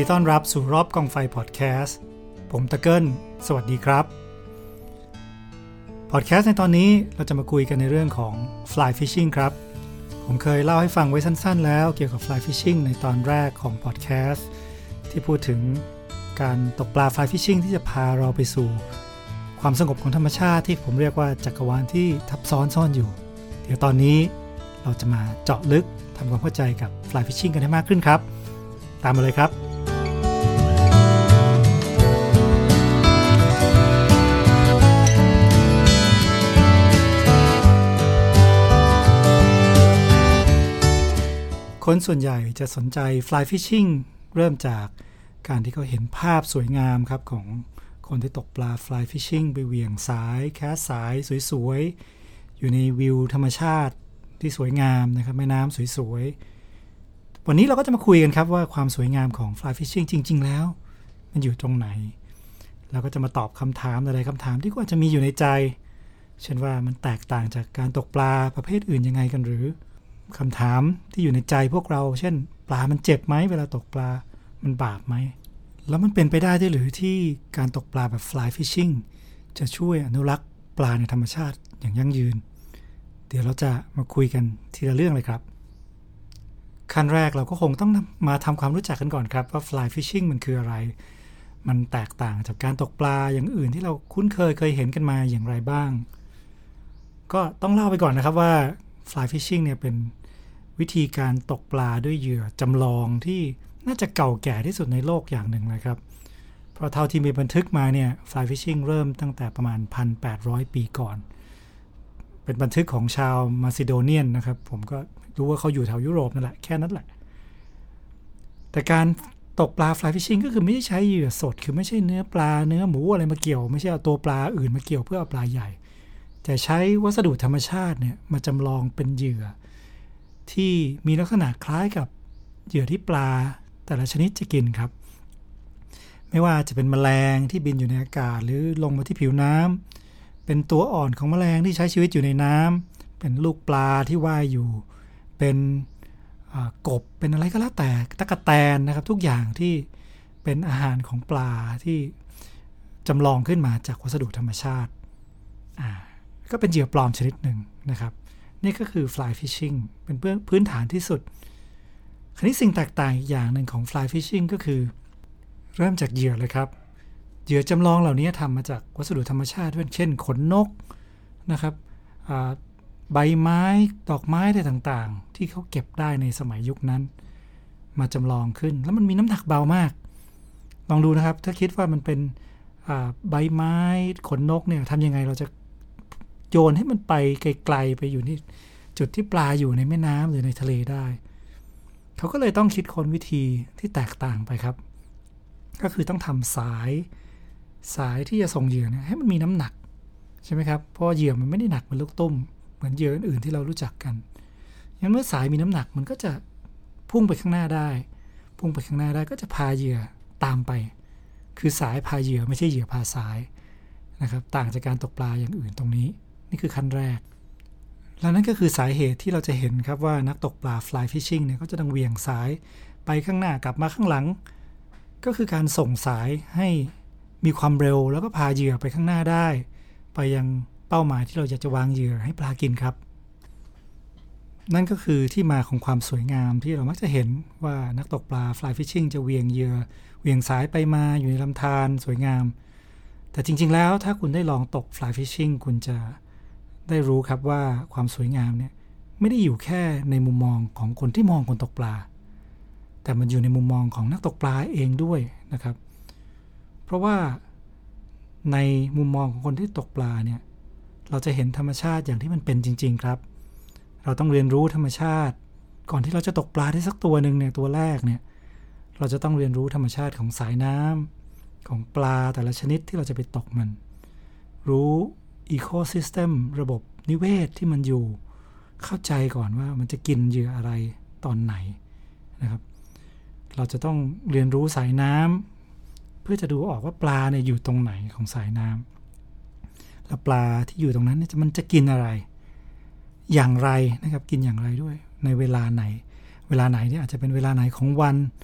ต้อนรับสู่รอบกองไฟพอดแคสต์ผมตะเกิลสวัสดีครับพอดแคสต์ในตอนนี้เราจะมาคุยกันในเรื่องของ Fly Fishing ครับผมเคยเล่าให้ฟังไว้สั้นๆแล้วเกี่ยวกับ Fly Fishing ในตอนแรกของพอดแคสต์ที่พูดถึงการตกปลา Fly Fishing ที่จะพาเราไปสู่ความสงบของธรรมชาติที่ผมเรียกว่าจักรวาลที่ทับซ้อนซ่อนอยู่เดี๋ยวตอนนี้เราจะมาเจาะลึกทำความเข้าใจกับ Fly Fishing กันให้มากขึ้นครับตามมาเลยครับคนส่วนใหญ่จะสนใจ Fly Fishing เริ่มจากการที่เขาเห็นภาพสวยงามครับของคนที่ตกปลา Fly Fishing ไปเหวี่ยงสายแคสสายสวยๆอยู่ในวิวธรรมชาติที่สวยงามนะครับแม่น้ำสวยๆวันนี้เราก็จะมาคุยกันครับว่าความสวยงามของ Fly Fishing จริงๆแล้วมันอยู่ตรงไหนเราก็จะมาตอบคำถามหลายๆคำถามที่ก็อาจจะมีอยู่ในใจเช่นว่ามันแตกต่างจากการตกปลาประเภทอื่นยังไงกันหรือคำถามที่อยู่ในใจพวกเราเช่นปลามันเจ็บไหมเวลาตกปลามันบาปไหมแล้วมันเป็นไปได้ด้วยหรือที่การตกปลาแบบ Fly Fishing จะช่วยอนุรักษ์ปลาในธรรมชาติอย่างยั่งยืนเดี๋ยวเราจะมาคุยกันทีละเรื่องเลยครับขั้นแรกเราก็คงต้องมาทำความรู้จักกันก่อนครับว่า Fly Fishing มันคืออะไรมันแตกต่างจากการตกปลาอย่างอื่นที่เราคุ้นเคยเห็นกันมาอย่างไรบ้างก็ต้องเล่าไปก่อนนะครับว่า Fly Fishing เนี่ยเป็นวิธีการตกปลาด้วยเหยื่อจำลองที่น่าจะเก่าแก่ที่สุดในโลกอย่างหนึ่งเลยครับเพราะเท่าที่มีบันทึกมาเนี่ย Fly Fishing เริ่มตั้งแต่ประมาณ 1,800 ปีก่อนเป็นบันทึกของชาวมาซิโดเนียนนะครับผมก็รู้ว่าเขาอยู่แถวยุโรปนั่นแหละแค่นั้นแหละแต่การตกปลา Fly Fishing ก็คือไม่ได้ใช้เหยื่อสดคือไม่ใช่เนื้อปลาเนื้อหมูอะไรมาเกี่ยวไม่ใช่เอาตัวปลาอื่นมาเกี่ยวเพื่อเอาปลาใหญ่แต่ใช้วัสดุธรรมชาติเนี่ยมาจำลองเป็นเหยื่อที่มีลักษณะคล้ายกับเหยื่อที่ปลาแต่ละชนิดจะกินครับไม่ว่าจะเป็นแมลงที่บินอยู่ในอากาศหรือลงมาที่ผิวน้ำเป็นตัวอ่อนของแมลงที่ใช้ชีวิตอยู่ในน้ำเป็นลูกปลาที่ว่ายอยู่เป็นกบเป็นอะไรก็แล้วแต่ตั๊กแตนนะครับทุกอย่างที่เป็นอาหารของปลาที่จำลองขึ้นมาจากวัสดุธรรมชาติก็เป็นเหยื่อปลอมชนิดหนึ่งนะครับนี่ก็คือ Fly Fishing เป็นพื้นฐานที่สุดคราวนี้สิ่งแตกต่างอีกอย่างหนึ่งของ Fly Fishing ก็คือเริ่มจากเหยื่อเลยครับเหยื่อจำลองเหล่านี้ทำมาจากวัสดุธรรมชาติเช่นขนนกนะครับใบไม้ดอกไม้อะไรต่างๆที่เขาเก็บได้ในสมัยยุคนั้นมาจำลองขึ้นแล้วมันมีน้ำหนักเบามากลองดูนะครับถ้าคิดว่ามันเป็นใบไม้ขนนกเนี่ยทำยังไงเราจะโยนให้มันไปไกลๆไปอยู่ที่จุดที่ปลาอยู่ในแม่น้ำหรือในทะเลได้เขาก็เลยต้องคิดค้นวิธีที่แตกต่างไปครับก็คือต้องทำสายที่จะส่งเหยื่อเนี่ยให้มันมีน้ำหนักใช่ไหมครับเพราะเหยื่อมันไม่ได้หนักเหมือนลูกตุ้มเหมือนเหยื่ออื่นๆที่เรารู้จักกันอย่างเมื่อสายมีน้ำหนักมันก็จะพุ่งไปข้างหน้าได้ก็จะพาเหยื่อตามไปคือสายพาเหยื่อไม่ใช่เหยื่อพาสายนะครับต่างจากการตกปลาอย่างอื่นตรงนี้นี่คือขั้นแรกแล้วนั่นก็คือสาเหตุที่เราจะเห็นครับว่านักตกปลา Fly Fishing เนี่ยก็จะต้องเหวี่ยงสายไปข้างหน้ากลับมาข้างหลังก็คือการส่งสายให้มีความเร็วแล้วก็พาเหยื่อไปข้างหน้าได้ไปยังเป้าหมายที่เราอยากจะวางเหยื่อให้ปลากินครับนั่นก็คือที่มาของความสวยงามที่เรามักจะเห็นว่านักตกปลา Fly Fishing จะเหวี่ยงเหยื่อเหวี่ยงสายไปมาอยู่ในลำธารสวยงามแต่จริงๆแล้วถ้าคุณได้ลองตก Fly Fishing คุณจะได้รู้ครับว่าความสวยงามเนี่ยไม่ได้อยู่แค่ในมุมมองของคนที่มองคนตกปลาแต่มันอยู่ในมุมมองของนักตกปลาเองด้วยนะครับเพราะว่าในมุมมองของคนที่ตกปลาเนี่ยเราจะเห็นธรรมชาติอย่างที่มันเป็นจริงๆครับเราต้องเรียนรู้ธรรมชาติก่อนที่เราจะตกปลาได้สักตัวนึงเนี่ยตัวแรกเนี่ยเราจะต้องเรียนรู้ธรรมชาติของสายน้ำของปลาแต่ละชนิดที่เราจะไปตกมันรู้อีโคซิสเต็มระบบนิเวศที่มันอยู่เข้าใจก่อนว่ามันจะกินเหยื่ออะไรตอนไหนนะครับเราจะต้องเรียนรู้สายน้ำเพื่อจะดูออกว่าปลาเนี่ยอยู่ตรงไหนของสายน้ำแล้วปลาที่อยู่ตรงนั้นเนี่ยมันจะกินอะไรอย่างไรนะครับกินอย่างไรด้วยในเวลาไหนเนี่ยอาจจะเป็นเวลาไหนของวัน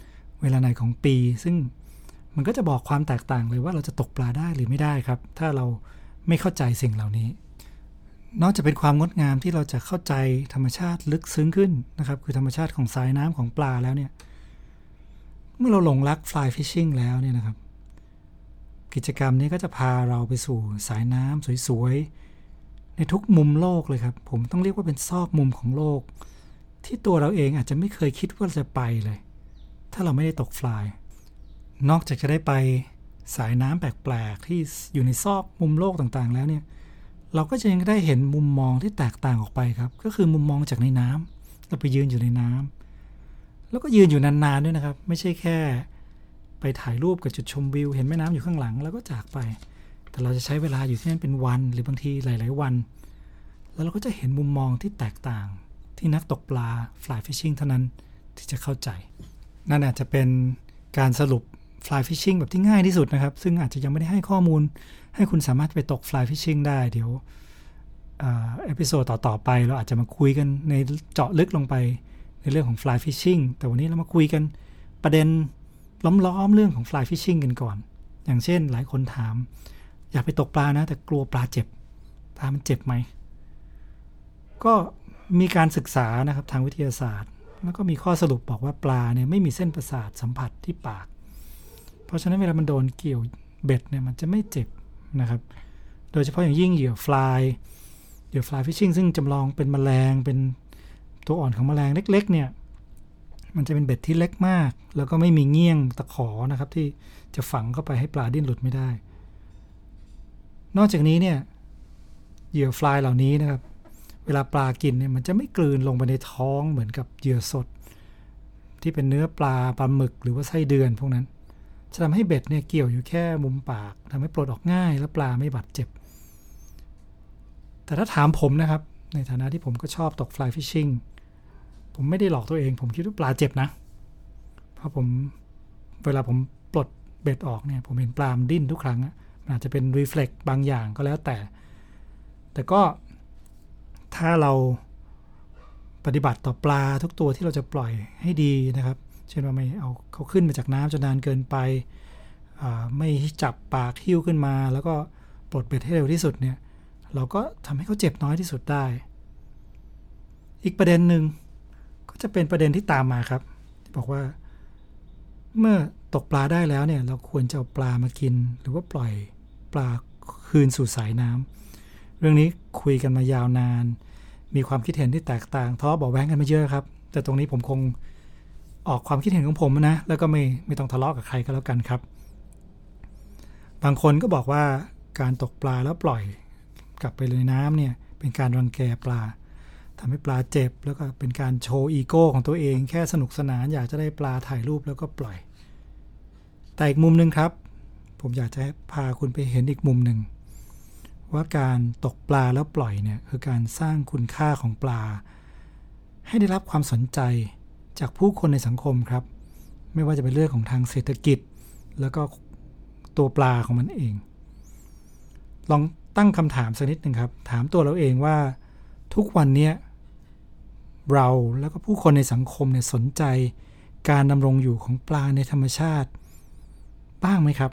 เวลาไหนของปีซึ่งมันก็จะบอกความแตกต่างเลยว่าเราจะตกปลาได้หรือไม่ได้ครับถ้าเราไม่เข้าใจสิ่งเหล่านี้นอกจากเป็นความงดงามที่เราจะเข้าใจธรรมชาติลึกซึ้งขึ้นนะครับคือธรรมชาติของสายน้ำของปลาแล้วเนี่ยเมื่อเราหลงรัก fly fishing แล้วเนี่ยนะครับกิจกรรมนี้ก็จะพาเราไปสู่สายน้ำสวยๆในทุกมุมโลกเลยครับผมต้องเรียกว่าเป็นซอกมุมของโลกที่ตัวเราเองอาจจะไม่เคยคิดว่าจะไปเลยถ้าเราไม่ได้ตก fly นอกจากจะได้ไปสายน้ำแปลกๆที่อยู่ในซอกมุมโลกต่างๆแล้วเนี่ยเราก็จะยังได้เห็นมุมมองที่แตกต่างออกไปครับก็คือมุมมองจากในน้ำเราไปยืนอยู่ในน้ำแล้วก็ยืนอยู่นานๆด้วยนะครับไม่ใช่แค่ไปถ่ายรูปกับจุดชมวิวเห็นแม่น้ำอยู่ข้างหลังแล้วก็จากไปแต่เราจะใช้เวลาอยู่ที่นั่นเป็นวันหรือบางทีหลายๆวันแล้วเราก็จะเห็นมุมมองที่แตกต่างที่นักตกปลา fly fishing เท่านั้นที่จะเข้าใจนั่นอาจจะเป็นการสรุป fly fishing แบบที่ง่ายที่สุดนะครับซึ่งอาจจะยังไม่ได้ให้ข้อมูลให้คุณสามารถไปตก fly fishing ได้เดี๋ยวเอพิโซดต่อๆไปเราอาจจะมาคุยกันในเจาะลึกลงไปในเรื่องของ fly fishing แต่วันนี้เรามาคุยกันประเด็นล้อมๆเรื่องของ fly fishing กันก่อนอย่างเช่นหลายคนถามอยากไปตกปลานะแต่กลัวปลาเจ็บปลามันเจ็บไหมก็มีการศึกษานะครับทางวิทยาศาสตร์แล้วก็มีข้อสรุปบอกว่าปลาเนี่ยไม่มีเส้นประสาทสัมผัสที่ปากเพราะฉะนั้นเวลามันโดนเกี่ยวเบ็ดเนี่ยมันจะไม่เจ็บนะครับโดยเฉพาะอย่างยิ่งเหยื่อ fly fishing ซึ่งจำลองเป็นแมลงเป็นตัวอ่อนของแมลงเล็กๆเนี่ยมันจะเป็นเบ็ดที่เล็กมากแล้วก็ไม่มีเงี้ยงตะขอนะครับที่จะฝังเข้าไปให้ปลาดิ้นหลุดไม่ได้นอกจากนี้เนี่ยเหยื่อ fly เหล่านี้นะครับเวลาปลากินเนี่ยมันจะไม่กลืนลงไปในท้องเหมือนกับเหยื่อสดที่เป็นเนื้อปลาหมึกหรือว่าไส้เดือนพวกนั้นจะทำให้เบ็ดเนี่ยเกี่ยวอยู่แค่มุมปากทำให้ปลดออกง่ายและปลาไม่บาดเจ็บแต่ถ้าถามผมนะครับในฐานะที่ผมก็ชอบตก fly fishing ผมไม่ได้หลอกตัวเองผมคิดว่าปลาเจ็บนะเพราะเวลาผมปลดเบ็ดออกเนี่ยผมเห็นปลามันดิ้นทุกครั้งมันอาจจะเป็น reflex บางอย่างก็แล้วแต่ก็ถ้าเราปฏิบัติต่อปลาทุกตัวที่เราจะปล่อยให้ดีนะครับเช่นว่าไม่เอาเขาขึ้นมาจากน้ำจนนานเกินไปไม่จับปากหิ้วขึ้นมาแล้วก็ปลดเบ็ดให้เร็วที่สุดเนี่ยเราก็ทำให้เขาเจ็บน้อยที่สุดได้อีกประเด็นหนึ่งก็จะเป็นประเด็นที่ตามมาครับที่บอกว่าเมื่อตกปลาได้แล้วเนี่ยเราควรจะเอาปลามากินหรือว่าปล่อยปลาคืนสู่สายน้ำเรื่องนี้คุยกันมายาวนานมีความคิดเห็นที่แตกต่างทะเลาะเบาะแว้งกันมาเยอะครับแต่ตรงนี้ผมคงออกความคิดเห็นของผมนะแล้วก็ไม่ต้องทะเลาะกับใครก็แล้วกันครับบางคนก็บอกว่าการตกปลาแล้วปล่อยกลับไปในน้ำเนี่ยเป็นการรังแกปลาทำให้ปลาเจ็บแล้วก็เป็นการโชว์อีโก้ของตัวเองแค่สนุกสนานอยากจะได้ปลาถ่ายรูปแล้วก็ปล่อยแต่อีกมุมนึงครับผมอยากจะพาคุณไปเห็นอีกมุมหนึ่งว่าการตกปลาแล้วปล่อยเนี่ยคือการสร้างคุณค่าของปลาให้ได้รับความสนใจจากผู้คนในสังคมครับไม่ว่าจะเป็นเรื่องของทางเศรษฐกิจแล้วก็ตัวปลาของมันเองลองตั้งคำถามสักนิดนึงครับถามตัวเราเองว่าทุกวันนี้เราแล้วก็ผู้คนในสังคมเนี่ยสนใจการดำรงอยู่ของปลาในธรรมชาติบ้างไหมครับ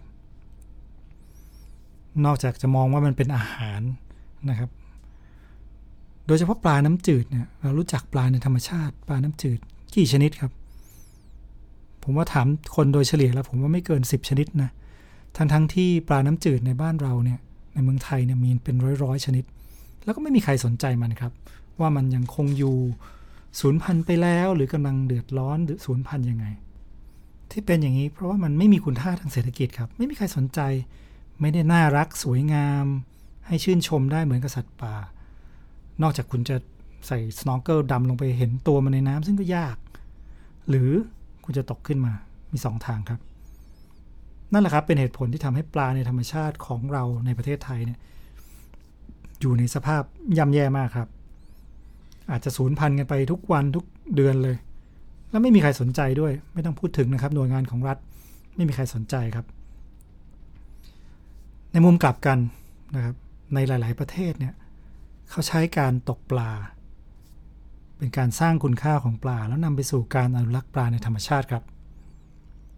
นอกจากจะมองว่ามันเป็นอาหารนะครับโดยเฉพาะปลาน้ำจืดเนี่ยเรารู้จักปลาในธรรมชาติปลาน้ำจืดกี่ชนิดครับผมว่าถามคนโดยเฉลี่ยแล้วผมว่าไม่เกิน10ชนิดนะทั้งที่ปลาน้ำจืดในบ้านเราเนี่ยในเมืองไทยเนี่ยมีเป็นร้อยชนิดแล้วก็ไม่มีใครสนใจมันครับว่ามันยังคงอยู่สูญพันธุ์ไปแล้วหรือกำลังเดือดร้อนหรือสูญพันธุ์ยังไงที่เป็นอย่างนี้เพราะว่ามันไม่มีคุณค่าทางเศรษฐกิจครับไม่มีใครสนใจไม่ได้น่ารักสวยงามให้ชื่นชมได้เหมือนกับสัตว์ป่านอกจากคุณจะใส่สโนว์เกิลดำลงไปเห็นตัวมันในน้ำซึ่งก็ยากหรือคุณจะตกขึ้นมามี2ทางครับนั่นแหละครับเป็นเหตุผลที่ทำให้ปลาในธรรมชาติของเราในประเทศไทยเนี่ยอยู่ในสภาพย่ำแย่มากครับอาจจะสูญพันธุ์กันไปทุกวันทุกเดือนเลยแล้วไม่มีใครสนใจด้วยไม่ต้องพูดถึงนะครับหน่วยงานของรัฐไม่มีใครสนใจครับในมุมกลับกันนะครับในหลายๆประเทศเนี่ยเขาใช้การตกปลาเป็นการสร้างคุณค่าของปลาแล้วนำไปสู่การอนุรักษ์ปลาในธรรมชาติครับ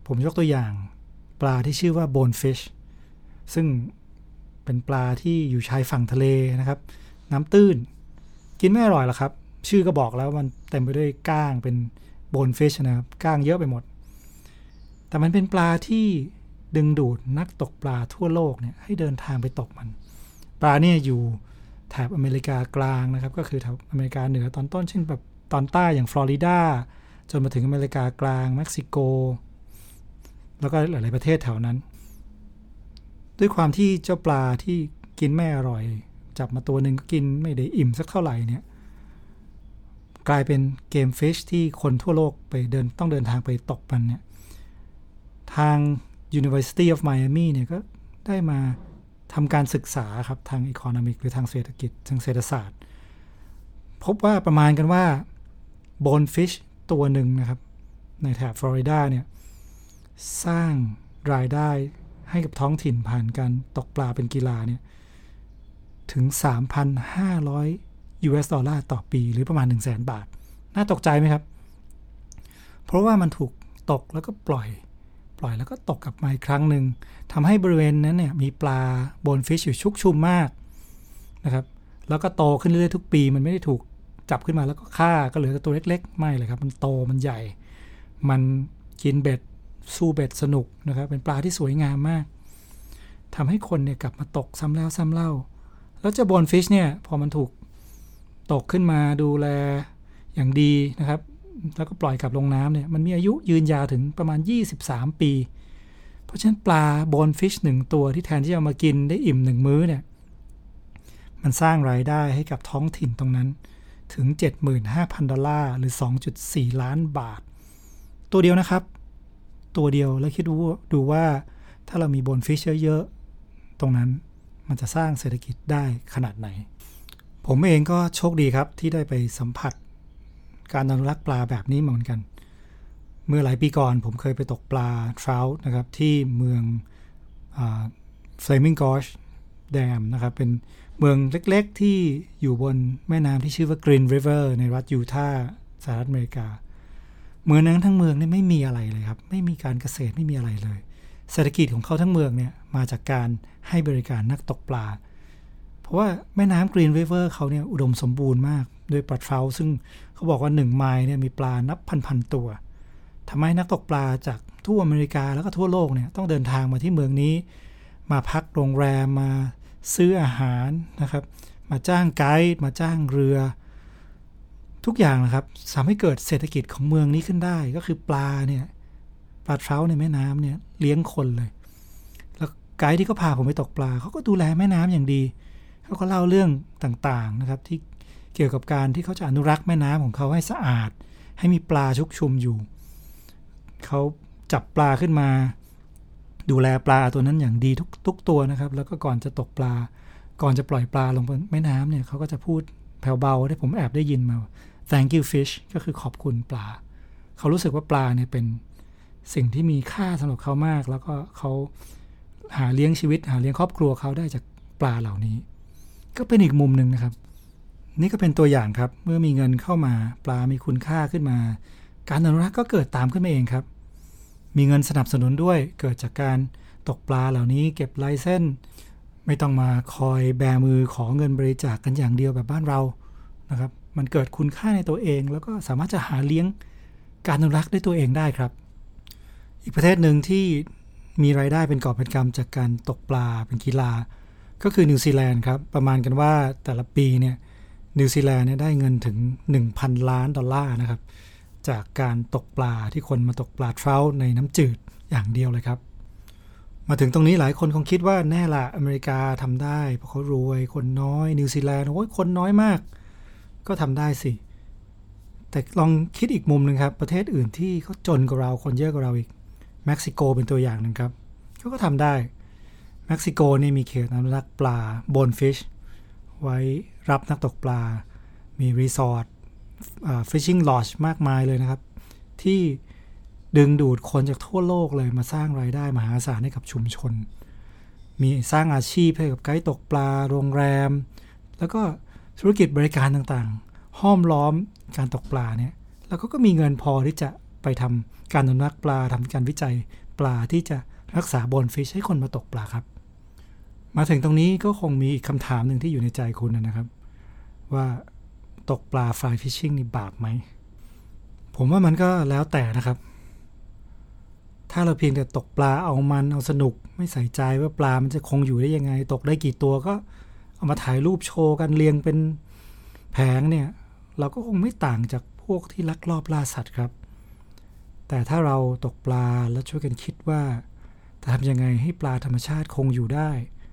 ผมยกตัวอย่างปลาที่ชื่อว่า bonefish ซึ่งเป็นปลาที่อยู่ชายฝั่งทะเลนะครับน้ำตื้นกินไม่อร่อยหรอกครับชื่อก็บอกแล้วมันเต็มไปด้วยก้างเป็น bonefish นะครับก้างเยอะไปหมดแต่มันเป็นปลาที่ดึงดูดนักตกปลาทั่วโลกเนี่ยให้เดินทางไปตกมันปลาเนี่ยอยู่แถบอเมริกากลางนะครับก็คือแถบอเมริกาเหนือตอนต้นเช่นแบบตอนใต้อย่างฟลอริดาจนมาถึงอเมริกากลางเม็กซิโกแล้วก็หลายๆประเทศแถวนั้นด้วยความที่เจ้าปลาที่กินไม่อร่อยจับมาตัวหนึ่งก็กินไม่ได้อิ่มสักเท่าไหร่เนี่ยกลายเป็นเกมฟิชที่คนทั่วโลกไปต้องเดินทางไปตกมันเนี่ยทาง University of Miami เนี่ยก็ได้มาทำการศึกษาครับทาง Economic หรือทางเศรษฐกิจทางเศรษฐศาสตร์พบว่าประมาณกันว่า bonefish ตัวหนึ่งนะครับในแถบฟลอริดาเนี่ยสร้างรายได้ให้กับท้องถิ่นผ่านการตกปลาเป็นกีฬาเนี่ยถึง 3,500 US ดอลลาร์ต่อปีหรือประมาณ 100,000 บาทน่าตกใจไหมครับเพราะว่ามันถูกตกแล้วก็ปล่อยแล้วก็ตกกลับมาอีกครั้งหนึ่งทำให้บริเวณนั้นเนี่ยมีปลาโบนฟิชอยู่ชุกชุมมากนะครับแล้วก็โตขึ้นเรื่อยๆทุกปีมันไม่ได้ถูกจับขึ้นมาแล้วก็ฆ่าก็เหลือแต่ตัวเล็กๆไม่เลยครับมันโตมันใหญ่มันกินเบ็ดสู้เบ็ดสนุกนะครับเป็นปลาที่สวยงามมากทำให้คนเนี่ยกลับมาตกซ้ำแล้วซ้ำเล่าแล้วเจ้าโบนฟิชเนี่ยพอมันถูกตกขึ้นมาดูแลอย่างดีนะครับแล้วก็ปล่อยกลับลงน้ำเนี่ยมันมีอายุยืนยาวถึงประมาณ23ปีเพราะฉะนั้นปลาโบนฟิช1ตัวที่แทนที่จะมากินได้อิ่ม1มื้อเนี่ยมันสร้างรายได้ให้กับท้องถิ่นตรงนั้นถึง 75,000 ดอลลาร์หรือ 2.4 ล้านบาทตัวเดียวนะครับตัวเดียวแล้วคิดดูว่าถ้าเรามีโบนฟิชเยอะๆตรงนั้นมันจะสร้างเศรษฐกิจได้ขนาดไหนผมเองก็โชคดีครับที่ได้ไปสัมผัสการอนุรักษ์ปลาแบบนี้เหมือนกันเมื่อหลายปีก่อนผมเคยไปตกปลาทราวต์นะครับที่เมืองFlaming Gorge Dam นะครับเป็นเมืองเล็กๆที่อยู่บนแม่น้ำที่ชื่อว่า Green River ในรัฐยูทาห์สหรัฐอเมริกาเมืองนั้นทั้งเมืองนี่ไม่มีอะไรเลยครับไม่มีการเกษตรไม่มีอะไรเลยเศรษฐกิจของเขาทั้งเมืองเนี่ยมาจากการให้บริการนักตกปลาเพราะว่าแม่น้ำ Green River เขาเนี่ยอุดมสมบูรณ์มากด้วยปลาทราวต์ซึ่งเขาบอกว่า1ไมล์เนี่ยมีปลานับพันๆตัวทำให้นักตกปลาจากทั่วอเมริกาแล้วก็ทั่วโลกเนี่ยต้องเดินทางมาที่เมืองนี้มาพักโรงแรมมาซื้ออาหารนะครับมาจ้างไกด์มาจ้างเรือทุกอย่างนะครับทำให้เกิดเศรษฐกิจของเมืองนี้ขึ้นได้ก็คือปลาทราวต์ในแม่น้ำเนี่ยเลี้ยงคนเลยแล้วไกด์ที่เขาพาผมไปตกปลาเขาก็ดูแลแม่น้ำอย่างดีเขาก็เล่าเรื่องต่างๆนะครับที่เกี่ยวกับการที่เขาจะอนุรักษ์แม่น้ำของเขาให้สะอาดให้มีปลาชุกชุมอยู่เขาจับปลาขึ้นมาดูแลปลาตัวนั้นอย่างดีทุกตัวนะครับแล้วก็ก่อนจะตกปลาก่อนจะปล่อยปลาลงบนแม่น้ำเนี่ยเขาก็จะพูดแผ่วเบาที่ผมแอบได้ยินมา thank you fish ก็คือขอบคุณปลาเขารู้สึกว่าปลาเนี่ยเป็นสิ่งที่มีค่าสำหรับเขามากแล้วก็เขาหาเลี้ยงชีวิตหาเลี้ยงครอบครัวเขาได้จากปลาเหล่านี้ก็เป็นอีกมุมนึงนะครับนี่ก็เป็นตัวอย่างครับเมื่อมีเงินเข้ามาปลามีคุณค่าขึ้นมาการอนุรักษ์ก็เกิดตามขึ้นมาเองครับมีเงินสนับสนุนด้วยเกิดจากการตกปลาเหล่านี้เก็บไลเซนส์ไม่ต้องมาคอยแบมือขอเงินบริจาคกันอย่างเดียวแบบบ้านเรานะครับมันเกิดคุณค่าในตัวเองแล้วก็สามารถจะหาเลี้ยงการอนุรักษ์ด้วยตัวเองได้ครับอีกประเทศหนึ่งที่มีรายได้เป็นกอบเป็นกำจากการตกปลาเป็นกีฬาก็คือนิวซีแลนด์ครับประมาณกันว่าแต่ละปีเนี่ยนิวซีแลนด์เนี่ยได้เงินถึง 1,000 ล้านดอลลาร์นะครับจากการตกปลาที่คนมาตกปลาทราวต์ในน้ำจืดอย่างเดียวเลยครับมาถึงตรงนี้หลายคนคงคิดว่าแน่ละอเมริกาทำได้เพราะเขารวยคนน้อยนิวซีแลนด์โอ้ยคนน้อยมากก็ทำได้สิแต่ลองคิดอีกมุมนึงครับประเทศอื่นที่เขาจนกว่าเราคนเยอะกว่าเราอีกเม็กซิโกเป็นตัวอย่างนึงครับเขาก็ทำได้เม็กซิโกนี่มีเขตอนุรักษ์ปลาโบนฟิชไว้รับนักตกปลามีรีสอร์ทfishing lodge มากมายเลยนะครับที่ดึงดูดคนจากทั่วโลกเลยมาสร้างรายได้มหาศาลให้กับชุมชนมีสร้างอาชีพให้กับไกด์ตกปลาโรงแรมแล้วก็ธุรกิจบริการต่างๆห้อมล้อมการตกปลาเนี่ยแล้วก็มีเงินพอที่จะไปทำการอนุรักษ์ปลาทำการวิจัยปลาที่จะรักษาโบนฟิชให้คนมาตกปลาครับมาถึงตรงนี้ก็คงมีอีกคำถามหนึ่งที่อยู่ในใจคุณนะครับว่าตกปลา fly fishing นี่บาปไหมผมว่ามันก็แล้วแต่นะครับถ้าเราเพียงแต่ตกปลาเอาสนุกไม่ใส่ใจว่าปลามันจะคงอยู่ได้ยังไงตกได้กี่ตัวก็เอามาถ่ายรูปโชว์กันเรียงเป็นแผงเนี่ยเราก็คงไม่ต่างจากพวกที่ลักลอบล่าสัตว์ครับแต่ถ้าเราตกปลาแล้วช่วยกันคิดว่าจะทำยังไงให้ปลาธรรมชาติคงอยู่ได้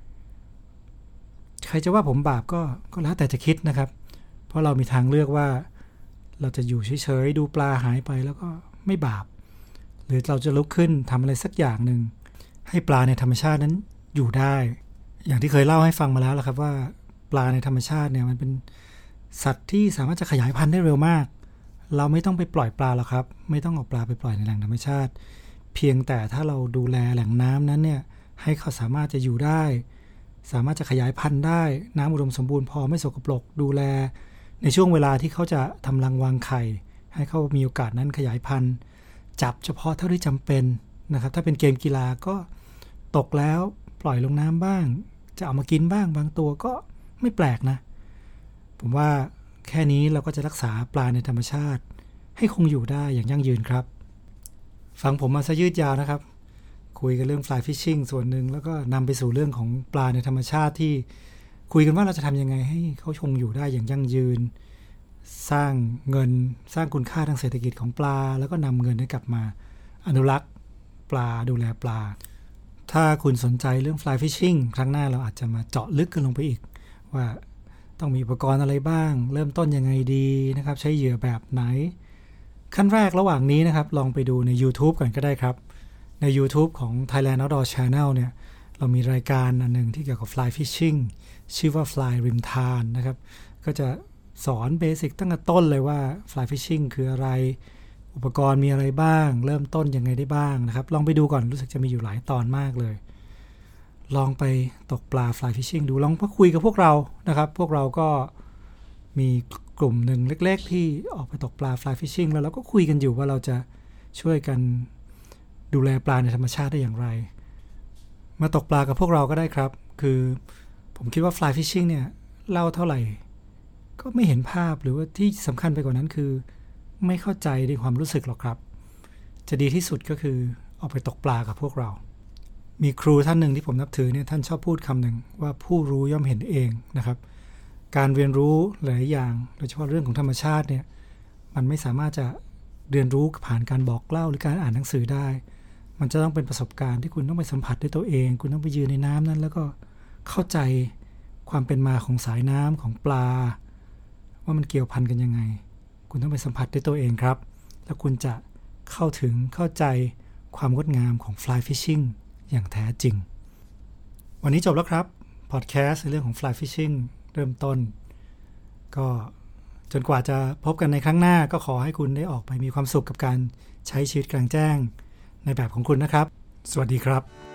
ใครจะว่าผมบาปก็แล้วแต่จะคิดนะครับเพราะเรามีทางเลือกว่าเราจะอยู่เฉยๆดูปลาหายไปแล้วก็ไม่บาปหรือเราจะลุกขึ้นทำอะไรสักอย่างหนึ่งให้ปลาในธรรมชาตินั้นอยู่ได้อย่างที่เคยเล่าให้ฟังมาแล้วละครับว่าปลาในธรรมชาติเนี่ยมันเป็นสัตว์ที่สามารถจะขยายพันธุ์ได้เร็วมากเราไม่ต้องไปปล่อยปลาหรอกครับไม่ต้องเอาปลาไปปล่อยในแหล่งธรรมชาติเพียงแต่ถ้าเราดูแลแหล่งน้ำนั้นเนี่ยให้เขาสามารถจะอยู่ได้สามารถจะขยายพันธุ์ได้น้ำอุดมสมบูรณ์พอไม่สกปรกดูแลในช่วงเวลาที่เขาจะทำรังวางไข่ให้เขามีโอกาสนั้นขยายพันธุ์จับเฉพาะเท่าที่จำเป็นนะครับถ้าเป็นเกมกีฬาก็ตกแล้วปล่อยลงน้ำบ้างจะเอามากินบ้างบางตัวก็ไม่แปลกนะผมว่าแค่นี้เราก็จะรักษาปลาในธรรมชาติให้คงอยู่ได้อย่างยั่งยืนครับฟังผมมาซะยืดยาวนะครับคุยกันเรื่อง fly fishing ส่วนหนึ่งแล้วก็นำไปสู่เรื่องของปลาในธรรมชาติที่คุยกันว่าเราจะทำยังไงให้เขาคงอยู่ได้อย่างยั่งยืนสร้างเงินสร้างคุณค่าทางเศรษฐกิจของปลาแล้วก็นำเงินให้กลับมาอนุรักษ์ปลาดูแลปลาถ้าคุณสนใจเรื่อง fly fishing ครั้งหน้าเราอาจจะมาเจาะลึกกันลงไปอีกว่าต้องมีอุปกรณ์อะไรบ้างเริ่มต้นยังไงดีนะครับใช้เหยื่อแบบไหนขั้นแรกระหว่างนี้นะครับลองไปดูใน YouTube ก่อนก็ได้ครับใน YouTube ของ Thailand Outdoor Channel เนี่ยเรามีรายการอันหนึ่งที่เกี่ยวกับ fly fishing ชื่อว่า Fly ริมทานนะครับก็จะสอนเบสิกตั้งแต่ต้นเลยว่า fly fishing คืออะไรอุปกรณ์มีอะไรบ้างเริ่มต้นยังไงได้บ้างนะครับลองไปดูก่อนรู้สึกจะมีอยู่หลายตอนมากเลยลองไปตกปลา fly fishing ดูลองคุยกับพวกเรานะครับพวกเราก็มีกลุ่มหนึ่งเล็กๆที่ออกไปตกปลา fly fishing แล้วเราก็คุยกันอยู่ว่าเราจะช่วยกันดูแลปลาในธรรมชาติได้อย่างไรมาตกปลากับพวกเราก็ได้ครับคือผมคิดว่า fly fishing เนี่ยเล่าเท่าไหร่ก็ไม่เห็นภาพหรือว่าที่สำคัญไปกว่านั้นคือไม่เข้าใจในความรู้สึกหรอกครับจะดีที่สุดก็คือออกไปตกปลากับพวกเรามีครูท่านหนึ่งที่ผมนับถือเนี่ยท่านชอบพูดคำหนึ่งว่าผู้รู้ย่อมเห็นเองนะครับการเรียนรู้หลายอย่างโดยเฉพาะเรื่องของธรรมชาติเนี่ยมันไม่สามารถจะเรียนรู้ผ่านการบอกเล่าหรือการอ่านหนังสือได้มันจะต้องเป็นประสบการณ์ที่คุณต้องไปสัมผัสด้วยตัวเองคุณต้องไปยืนในน้ำนั้นแล้วก็เข้าใจความเป็นมาของสายน้ำของปลาว่ามันเกี่ยวพันกันยังไงคุณต้องไปสัมผัสด้วยตัวเองครับแล้วคุณจะเข้าใจความงดงามของ fly fishing อย่างแท้จริงวันนี้จบแล้วครับพอดแคสต์ในเรื่องของ fly fishing เริ่มต้นก็จนกว่าจะพบกันในครั้งหน้าก็ขอให้คุณได้ออกไปมีความสุขกับการใช้ชีวิตกลางแจ้งในแบบของคุณนะครับสวัสดีครับ